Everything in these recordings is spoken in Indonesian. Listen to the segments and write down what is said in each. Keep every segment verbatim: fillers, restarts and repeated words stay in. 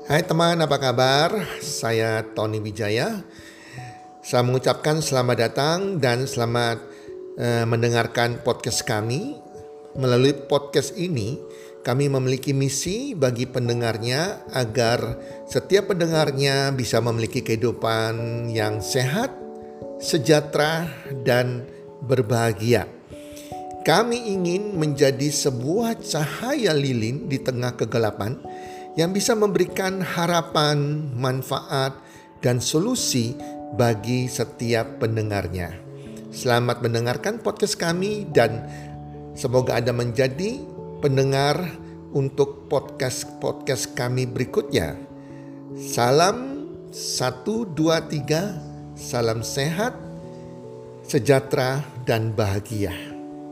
Hai teman, apa kabar? Saya Tony Wijaya. Saya mengucapkan selamat datang dan selamat uh, mendengarkan podcast kami. Melalui podcast ini, kami memiliki misi bagi pendengarnya agar setiap pendengarnya bisa memiliki kehidupan yang sehat, sejahtera, dan berbahagia. Kami ingin menjadi sebuah cahaya lilin di tengah kegelapan yang bisa memberikan harapan, manfaat, dan solusi bagi setiap pendengarnya. Selamat mendengarkan podcast kami dan semoga Anda menjadi pendengar untuk podcast-podcast kami berikutnya. Salam satu, dua, tiga, salam sehat, sejahtera, dan bahagia.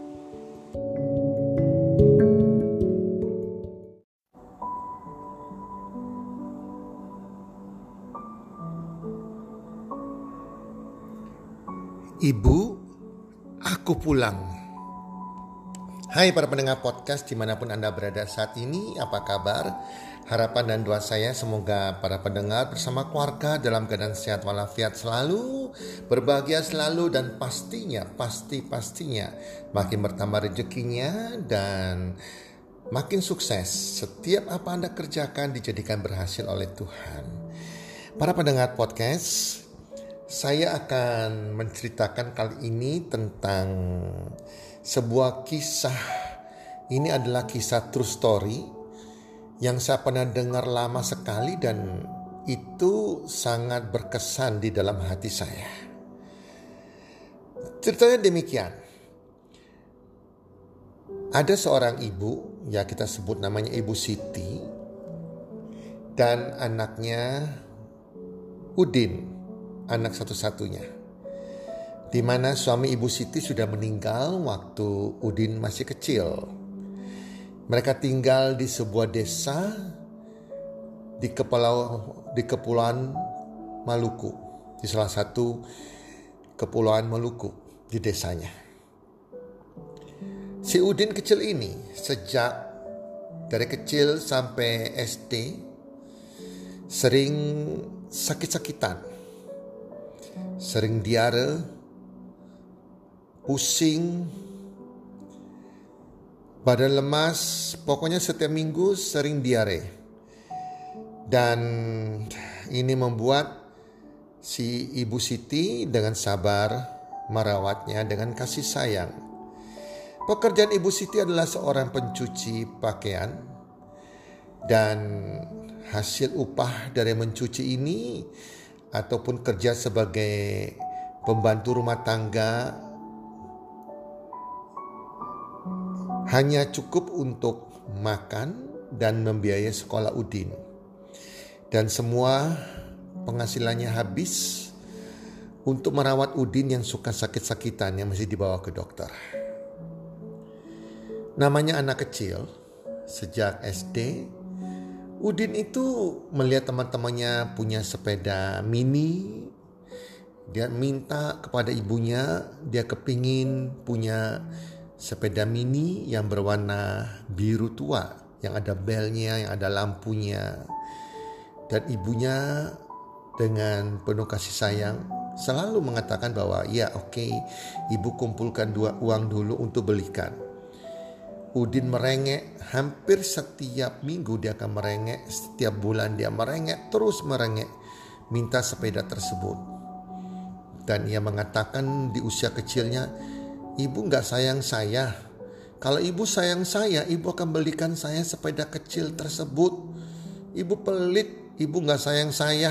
Ibu, aku pulang. Hai para pendengar podcast dimanapun Anda berada saat ini, apa kabar? Harapan dan doa saya semoga para pendengar bersama keluarga dalam keadaan sehat walafiat selalu, berbahagia selalu, dan pastinya, pasti-pastinya makin bertambah rezekinya dan makin sukses. Setiap apa Anda kerjakan dijadikan berhasil oleh Tuhan. Para pendengar podcast, saya akan menceritakan kali ini tentang sebuah kisah. Ini adalah kisah true story yang saya pernah dengar lama sekali dan itu sangat berkesan di dalam hati saya. Ceritanya demikian. Ada seorang ibu, ya kita sebut namanya Ibu Siti, dan anaknya Udin, anak satu-satunya, di mana suami Ibu Siti sudah meninggal waktu Udin masih kecil. Mereka tinggal di sebuah desa di kepulauan di kepulauan Maluku, di salah satu kepulauan Maluku di desanya. Si Udin kecil ini sejak dari kecil sampai S D sering sakit-sakitan. Sering diare, pusing, badan lemas, pokoknya setiap minggu sering diare. Dan ini membuat si Ibu Siti dengan sabar merawatnya dengan kasih sayang. Pekerjaan Ibu Siti adalah seorang pencuci pakaian, dan hasil upah dari mencuci ini ataupun kerja sebagai pembantu rumah tangga hanya cukup untuk makan dan membiayai sekolah Udin. Dan semua penghasilannya habis untuk merawat Udin yang suka sakit-sakitan yang mesti dibawa ke dokter. Namanya anak kecil, sejak S D Udin itu melihat teman-temannya punya sepeda mini. Dia minta kepada ibunya, dia kepingin punya sepeda mini yang berwarna biru tua, yang ada belnya, yang ada lampunya. Dan ibunya dengan penuh kasih sayang selalu mengatakan bahwa ya oke, okay, ibu kumpulkan dua uang dulu untuk belikan. Udin merengek, hampir setiap minggu dia akan merengek, setiap bulan dia merengek, terus merengek, minta sepeda tersebut. Dan ia mengatakan di usia kecilnya, ibu gak sayang saya. Kalau ibu sayang saya, ibu akan belikan saya sepeda kecil tersebut. Ibu pelit, ibu gak sayang saya.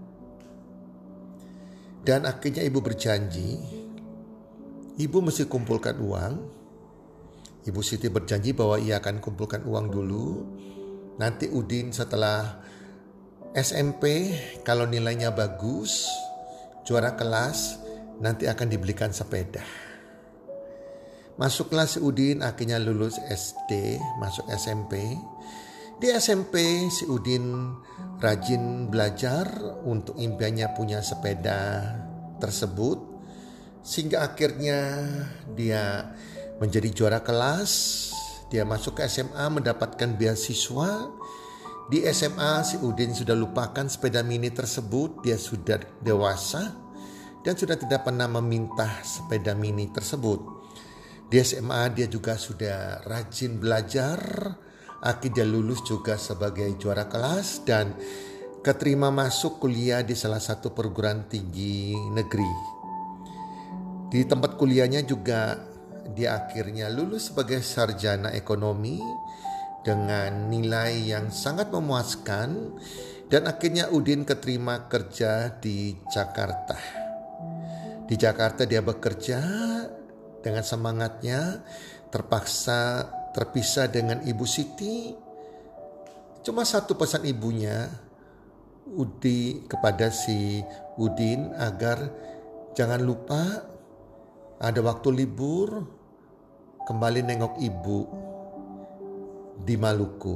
Dan akhirnya ibu berjanji, ibu mesti kumpulkan uang. Ibu Siti berjanji bahwa ia akan kumpulkan uang dulu. Nanti Udin setelah S M P, kalau nilainya bagus, juara kelas, nanti akan dibelikan sepeda. Masuklah si Udin, akhirnya lulus S D, masuk S M P. Di S M P si Udin rajin belajar untuk impiannya punya sepeda tersebut. Sehingga akhirnya dia menjadi juara kelas. Dia masuk ke S M A mendapatkan beasiswa Di S M A si Udin sudah lupakan sepeda mini tersebut. Dia sudah dewasa dan sudah tidak pernah meminta sepeda mini tersebut. Di S M A dia juga sudah rajin belajar. Akhirnya lulus juga sebagai juara kelas dan keterima masuk kuliah di salah satu perguruan tinggi negeri. Di tempat kuliahnya juga dia akhirnya lulus sebagai sarjana ekonomi dengan nilai yang sangat memuaskan dan akhirnya Udin keterima kerja di Jakarta. Di Jakarta dia bekerja dengan semangatnya, terpaksa terpisah dengan Ibu Siti. Cuma satu pesan ibunya Udi kepada si Udin agar jangan lupa ada waktu libur kembali nengok ibu di Maluku.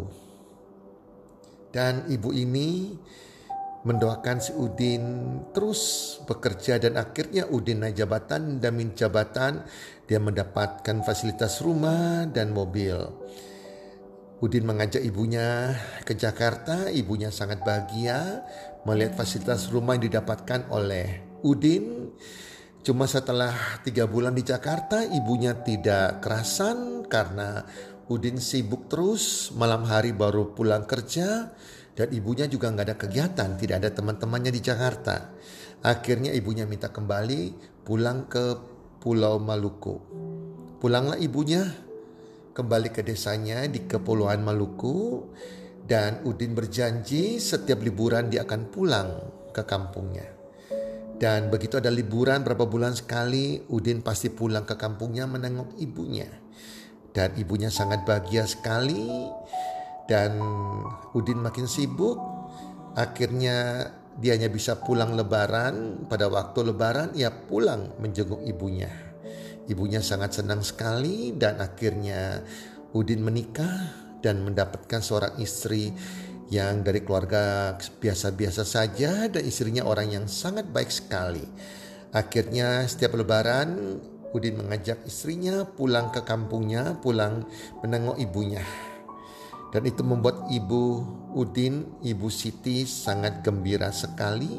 Dan ibu ini mendoakan si Udin terus bekerja dan akhirnya Udin naik jabatan dan min jabatan. Dia mendapatkan fasilitas rumah dan mobil. Udin mengajak ibunya ke Jakarta. Ibunya sangat bahagia melihat fasilitas rumah yang didapatkan oleh Udin. Cuma setelah tiga bulan di Jakarta, ibunya tidak kerasan karena Udin sibuk terus, malam hari baru pulang kerja, dan ibunya juga nggak ada kegiatan, tidak ada teman-temannya di Jakarta. Akhirnya ibunya minta kembali pulang ke Pulau Maluku. Pulanglah ibunya kembali ke desanya di Kepulauan Maluku, dan Udin berjanji setiap liburan dia akan pulang ke kampungnya. Dan begitu ada liburan berapa bulan sekali, Udin pasti pulang ke kampungnya menengok ibunya. Dan ibunya sangat bahagia sekali. Dan Udin makin sibuk. Akhirnya dia hanya bisa pulang lebaran. Pada waktu lebaran ia pulang menjenguk ibunya. Ibunya sangat senang sekali dan akhirnya Udin menikah dan mendapatkan seorang istri yang dari keluarga biasa-biasa saja dan istrinya orang yang sangat baik sekali. Akhirnya setiap lebaran Udin mengajak istrinya pulang ke kampungnya, pulang menengok ibunya. Dan itu membuat ibu Udin, Ibu Siti sangat gembira sekali.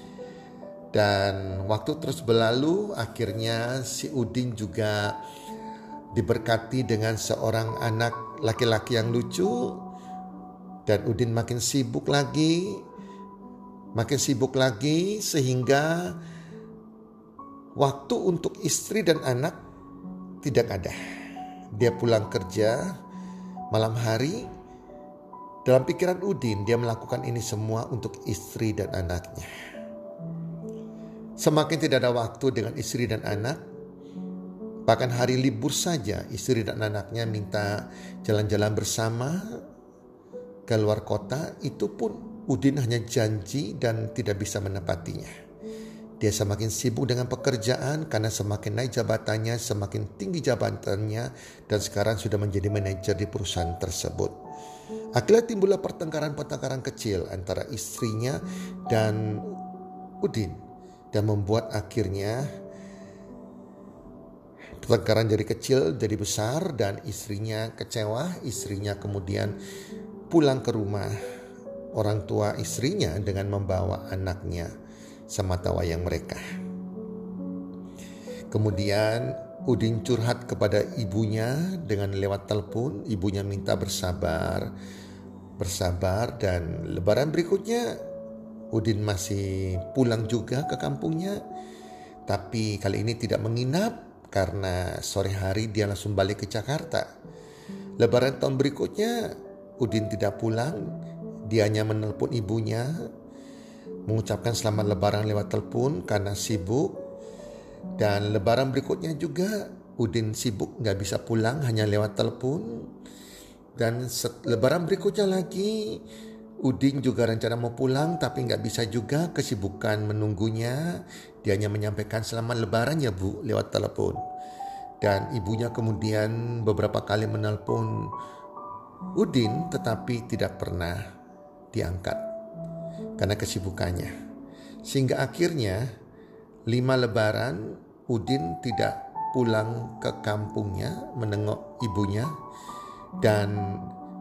Dan waktu terus berlalu, akhirnya si Udin juga diberkati dengan seorang anak laki-laki yang lucu. Dan Udin makin sibuk lagi, makin sibuk lagi sehingga waktu untuk istri dan anak tidak ada. Dia pulang kerja malam hari. Dalam pikiran Udin, dia melakukan ini semua untuk istri dan anaknya. Semakin tidak ada waktu dengan istri dan anak, bahkan hari libur saja istri dan anaknya minta jalan-jalan bersama ke luar kota, itu pun Udin hanya janji dan tidak bisa menepatinya. Dia semakin sibuk dengan pekerjaan karena semakin naik jabatannya, semakin tinggi jabatannya, dan sekarang sudah menjadi manajer di perusahaan tersebut. Akhirnya timbullah pertengkaran-pertengkaran kecil antara istrinya dan Udin, dan membuat akhirnya pertengkaran dari kecil jadi besar dan istrinya kecewa. Istrinya kemudian pulang ke rumah orang tua istrinya dengan membawa anaknya semata wayang mereka. Kemudian Udin curhat kepada ibunya dengan lewat telepon. Ibunya minta bersabar, bersabar dan lebaran berikutnya Udin masih pulang juga ke kampungnya. Tapi kali ini tidak menginap karena sore hari dia langsung balik ke Jakarta. Lebaran tahun berikutnya Udin tidak pulang, dia hanya menelpon ibunya, mengucapkan selamat lebaran lewat telepon karena sibuk. Dan lebaran berikutnya juga Udin sibuk gak bisa pulang, hanya lewat telepon. Dan lebaran berikutnya lagi Udin juga rencana mau pulang tapi gak bisa juga, kesibukan menunggunya. Dia hanya menyampaikan selamat lebaran ya bu lewat telepon. Dan ibunya kemudian beberapa kali menelpon Udin tetapi tidak pernah diangkat karena kesibukannya. Sehingga akhirnya lima lebaran Udin tidak pulang ke kampungnya menengok ibunya. Dan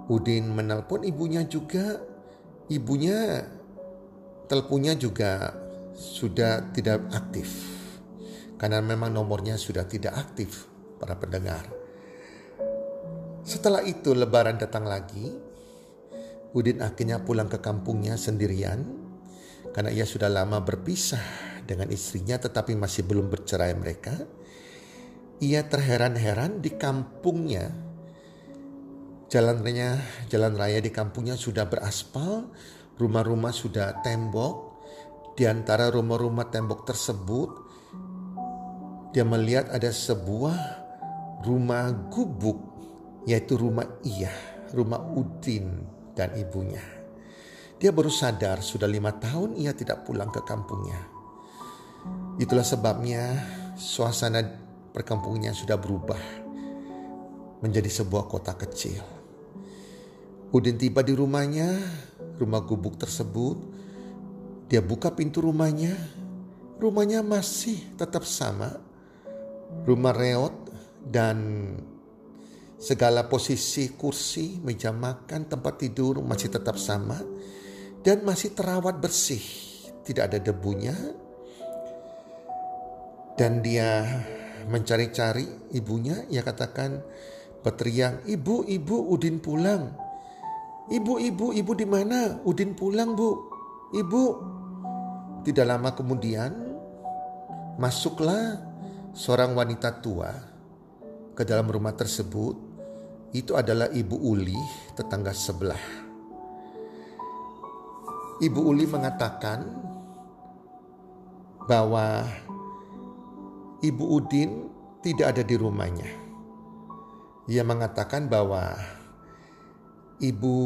Udin menelpon ibunya juga. Ibunya teleponnya juga sudah tidak aktif. Karena memang nomornya sudah tidak aktif, para pendengar. Setelah itu lebaran datang lagi. Udin akhirnya pulang ke kampungnya sendirian. Karena ia sudah lama berpisah dengan istrinya tetapi masih belum bercerai mereka. Ia terheran-heran di kampungnya. Jalan raya, jalan raya di kampungnya sudah beraspal, rumah-rumah sudah tembok. Di antara rumah-rumah tembok tersebut, dia melihat ada sebuah rumah gubuk, yaitu rumah ia, rumah Udin dan ibunya. Dia baru sadar sudah lima tahun ia tidak pulang ke kampungnya. Itulah sebabnya suasana perkampungannya sudah berubah menjadi sebuah kota kecil. Udin tiba di rumahnya, rumah gubuk tersebut. Dia buka pintu rumahnya. Rumahnya masih tetap sama. Rumah reot dan segala posisi kursi, meja makan, tempat tidur masih tetap sama. Dan masih terawat bersih. Tidak ada debunya. Dan dia mencari-cari ibunya. Ia katakan berteriak, "Ibu, ibu, Udin pulang. Ibu, ibu, ibu di mana? Udin pulang, Bu. Ibu." Tidak lama kemudian masuklah seorang wanita tua ke dalam rumah tersebut. Itu adalah Ibu Uli, tetangga sebelah. Ibu Uli mengatakan bahwa Ibu Udin tidak ada di rumahnya. Ia mengatakan bahwa Ibu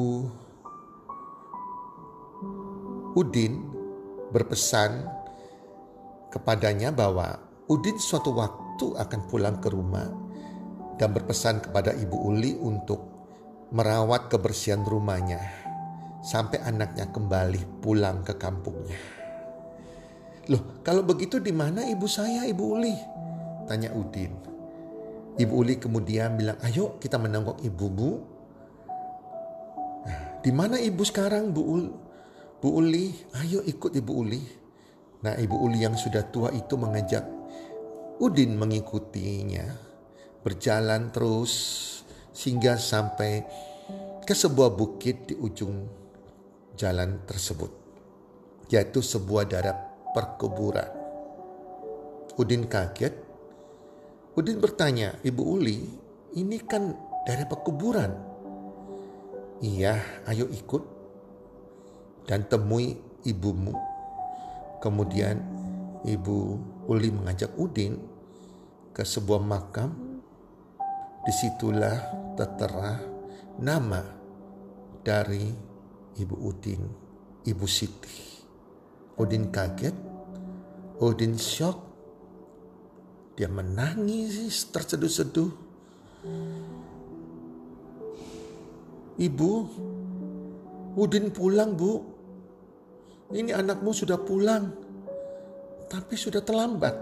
Udin berpesan kepadanya bahwa Udin suatu waktu akan pulang ke rumah dan berpesan kepada Ibu Uli untuk merawat kebersihan rumahnya sampai anaknya kembali pulang ke kampungnya. "Loh, kalau begitu di mana ibu saya, Ibu Uli?" tanya Udin. Ibu Uli kemudian bilang, "Ayo kita menengok ibumu." Nah, di mana ibu sekarang, Bu Uli? Bu Uli, ayo ikut Ibu Uli. Nah, Ibu Uli yang sudah tua itu mengajak Udin mengikutinya. Berjalan terus sehingga sampai ke sebuah bukit di ujung jalan tersebut, yaitu sebuah daerah perkuburan. Udin kaget. Udin bertanya, "Ibu Uli, ini kan daerah perkuburan." "Iya, ayo ikut dan temui ibumu." Kemudian Ibu Uli mengajak Udin ke sebuah makam. Disitulah tertera nama dari Ibu Udin, Ibu Siti. Udin kaget, Udin syok. Dia menangis terseduh-seduh. "Ibu, Udin pulang, Bu. Ini anakmu sudah pulang, tapi sudah terlambat."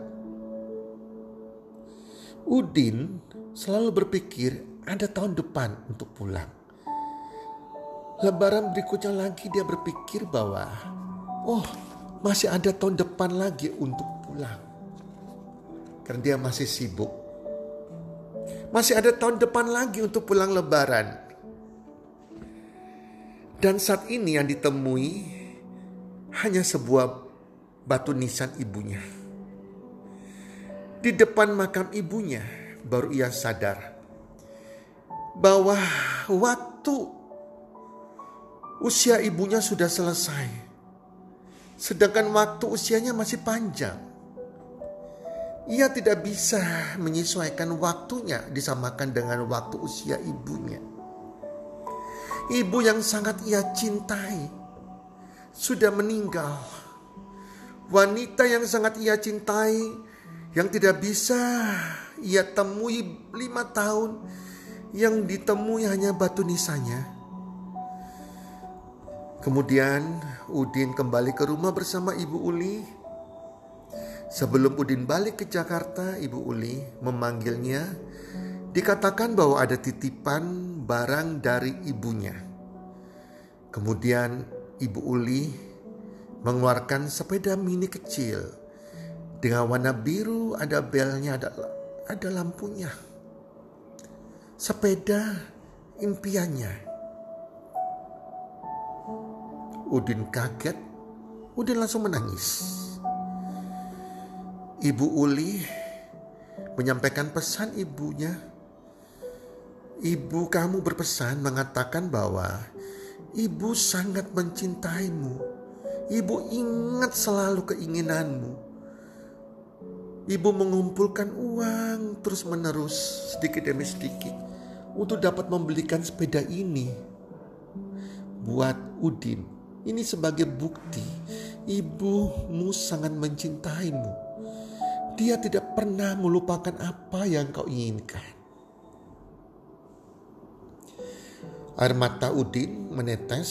Udin selalu berpikir ada tahun depan untuk pulang. Lebaran berikutnya lagi dia berpikir bahwa, oh, masih ada tahun depan lagi untuk pulang. Karena dia masih sibuk. Masih ada tahun depan lagi untuk pulang lebaran. Dan saat ini yang ditemui hanya sebuah batu nisan ibunya. Di depan makam ibunya baru ia sadar bahwa waktu usia ibunya sudah selesai. Sedangkan waktu usianya masih panjang. Ia tidak bisa menyesuaikan waktunya disamakan dengan waktu usia ibunya. Ibu yang sangat ia cintai sudah meninggal. Wanita yang sangat ia cintai, yang tidak bisa ia temui lima tahun, yang ditemui hanya batu nisannya. Kemudian Udin kembali ke rumah bersama Ibu Uli. Sebelum Udin balik ke Jakarta, Ibu Uli memanggilnya. Dikatakan bahwa ada titipan barang dari ibunya. Kemudian Ibu Uli mengeluarkan sepeda mini kecil dengan warna biru, ada belnya, ada, ada lampunya. Sepeda impiannya. Udin kaget, Udin langsung menangis. Ibu Uli menyampaikan pesan ibunya. Ibu kamu berpesan mengatakan bahwa ibu sangat mencintaimu. Ibu ingat selalu keinginanmu. Ibu mengumpulkan uang terus menerus sedikit demi sedikit untuk dapat membelikan sepeda ini buat Udin. Ini sebagai bukti ibumu sangat mencintaimu. Dia tidak pernah melupakan apa yang kau inginkan. Air mata Udin menetes.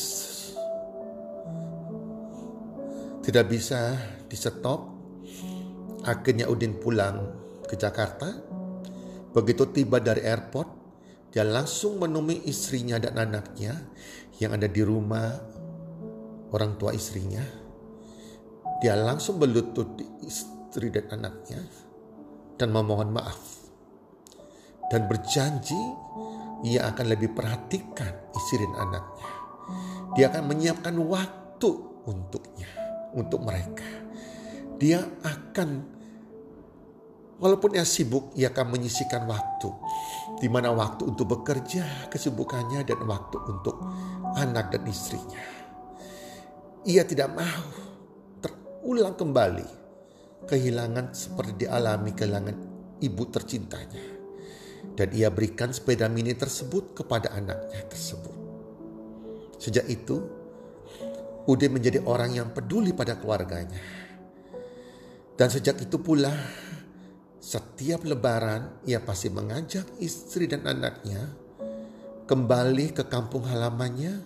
Tidak bisa di-stop. Akhirnya Udin pulang ke Jakarta. Begitu tiba dari airport, dia langsung menemui istrinya dan anaknya yang ada di rumah orang tua istrinya. Dia langsung berlutut di istri dan anaknya dan memohon maaf. Dan berjanji ia akan lebih perhatikan istri dan anaknya. Dia akan menyiapkan waktu untuknya, untuk mereka. Dia akan, walaupun ia sibuk, ia akan menyisihkan waktu. Di mana waktu untuk bekerja, kesibukannya, dan waktu untuk anak dan istrinya. Ia tidak mau terulang kembali kehilangan seperti dialami kehilangan ibu tercintanya. Dan ia berikan sepeda mini tersebut kepada anaknya tersebut. Sejak itu, Udin menjadi orang yang peduli pada keluarganya. Dan sejak itu pula, setiap lebaran ia pasti mengajak istri dan anaknya kembali ke kampung halamannya.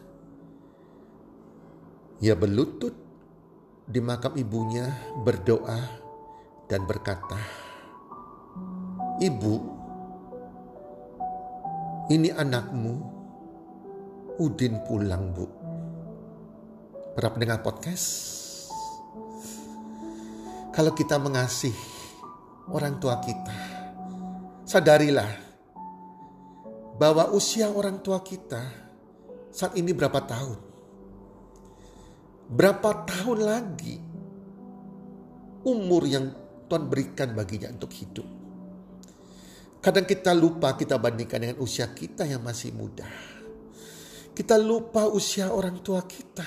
Ia berlutut di makam ibunya, berdoa dan berkata, "Ibu, ini anakmu, Udin pulang, Bu." Para pendengar podcast, kalau kita mengasihi orang tua kita, sadarilah bahwa usia orang tua kita saat ini berapa tahun. Berapa tahun lagi umur yang Tuhan berikan baginya untuk hidup. Kadang kita lupa kita bandingkan dengan usia kita yang masih muda. Kita lupa usia orang tua kita.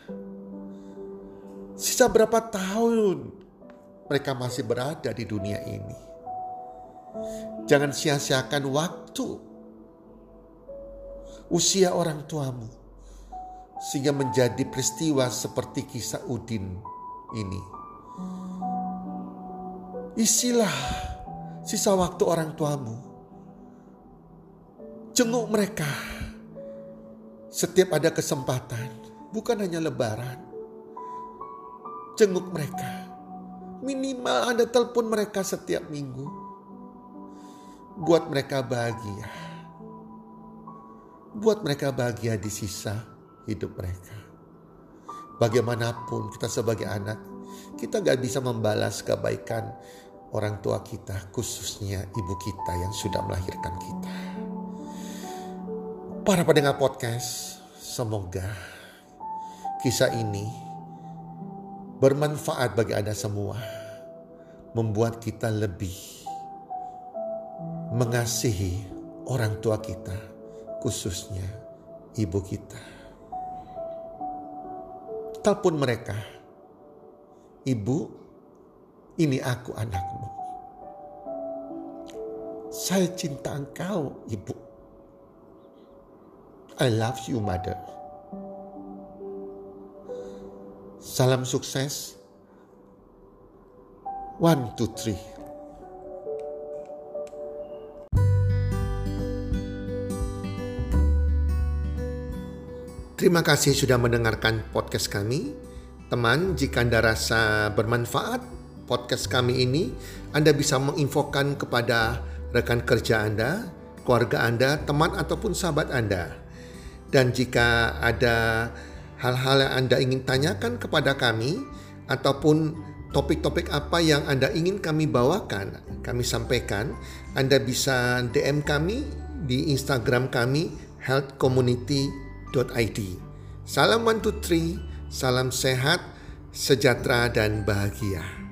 Sisa berapa tahun mereka masih berada di dunia ini. Jangan sia-siakan waktu usia orang tuamu sehingga menjadi peristiwa seperti kisah Udin ini. Isilah sisa waktu orang tuamu. Jenguk mereka setiap ada kesempatan. Bukan hanya lebaran. Jenguk mereka. Minimal Anda telepon mereka setiap minggu. Buat mereka bahagia. Buat mereka bahagia di sisa hidup mereka. Bagaimanapun kita sebagai anak, kita gak bisa membalas kebaikan orang tua kita, khususnya ibu kita yang sudah melahirkan kita. Para pendengar podcast, semoga kisah ini bermanfaat bagi Anda semua. Membuat kita lebih mengasihi orang tua kita, khususnya ibu kita. Telepon mereka, "Ibu, ini aku anakmu. Saya cinta engkau, Ibu. I love you, Mother." Salam sukses. One, two, three. Terima kasih sudah mendengarkan podcast kami. Teman, jika Anda rasa bermanfaat podcast kami ini, Anda bisa menginfokan kepada rekan kerja Anda, keluarga Anda, teman ataupun sahabat Anda. Dan jika ada hal-hal yang Anda ingin tanyakan kepada kami, ataupun topik-topik apa yang Anda ingin kami bawakan, kami sampaikan, Anda bisa D M kami di Instagram kami health community dot i d. Salam one two three, salam sehat, sejahtera dan bahagia.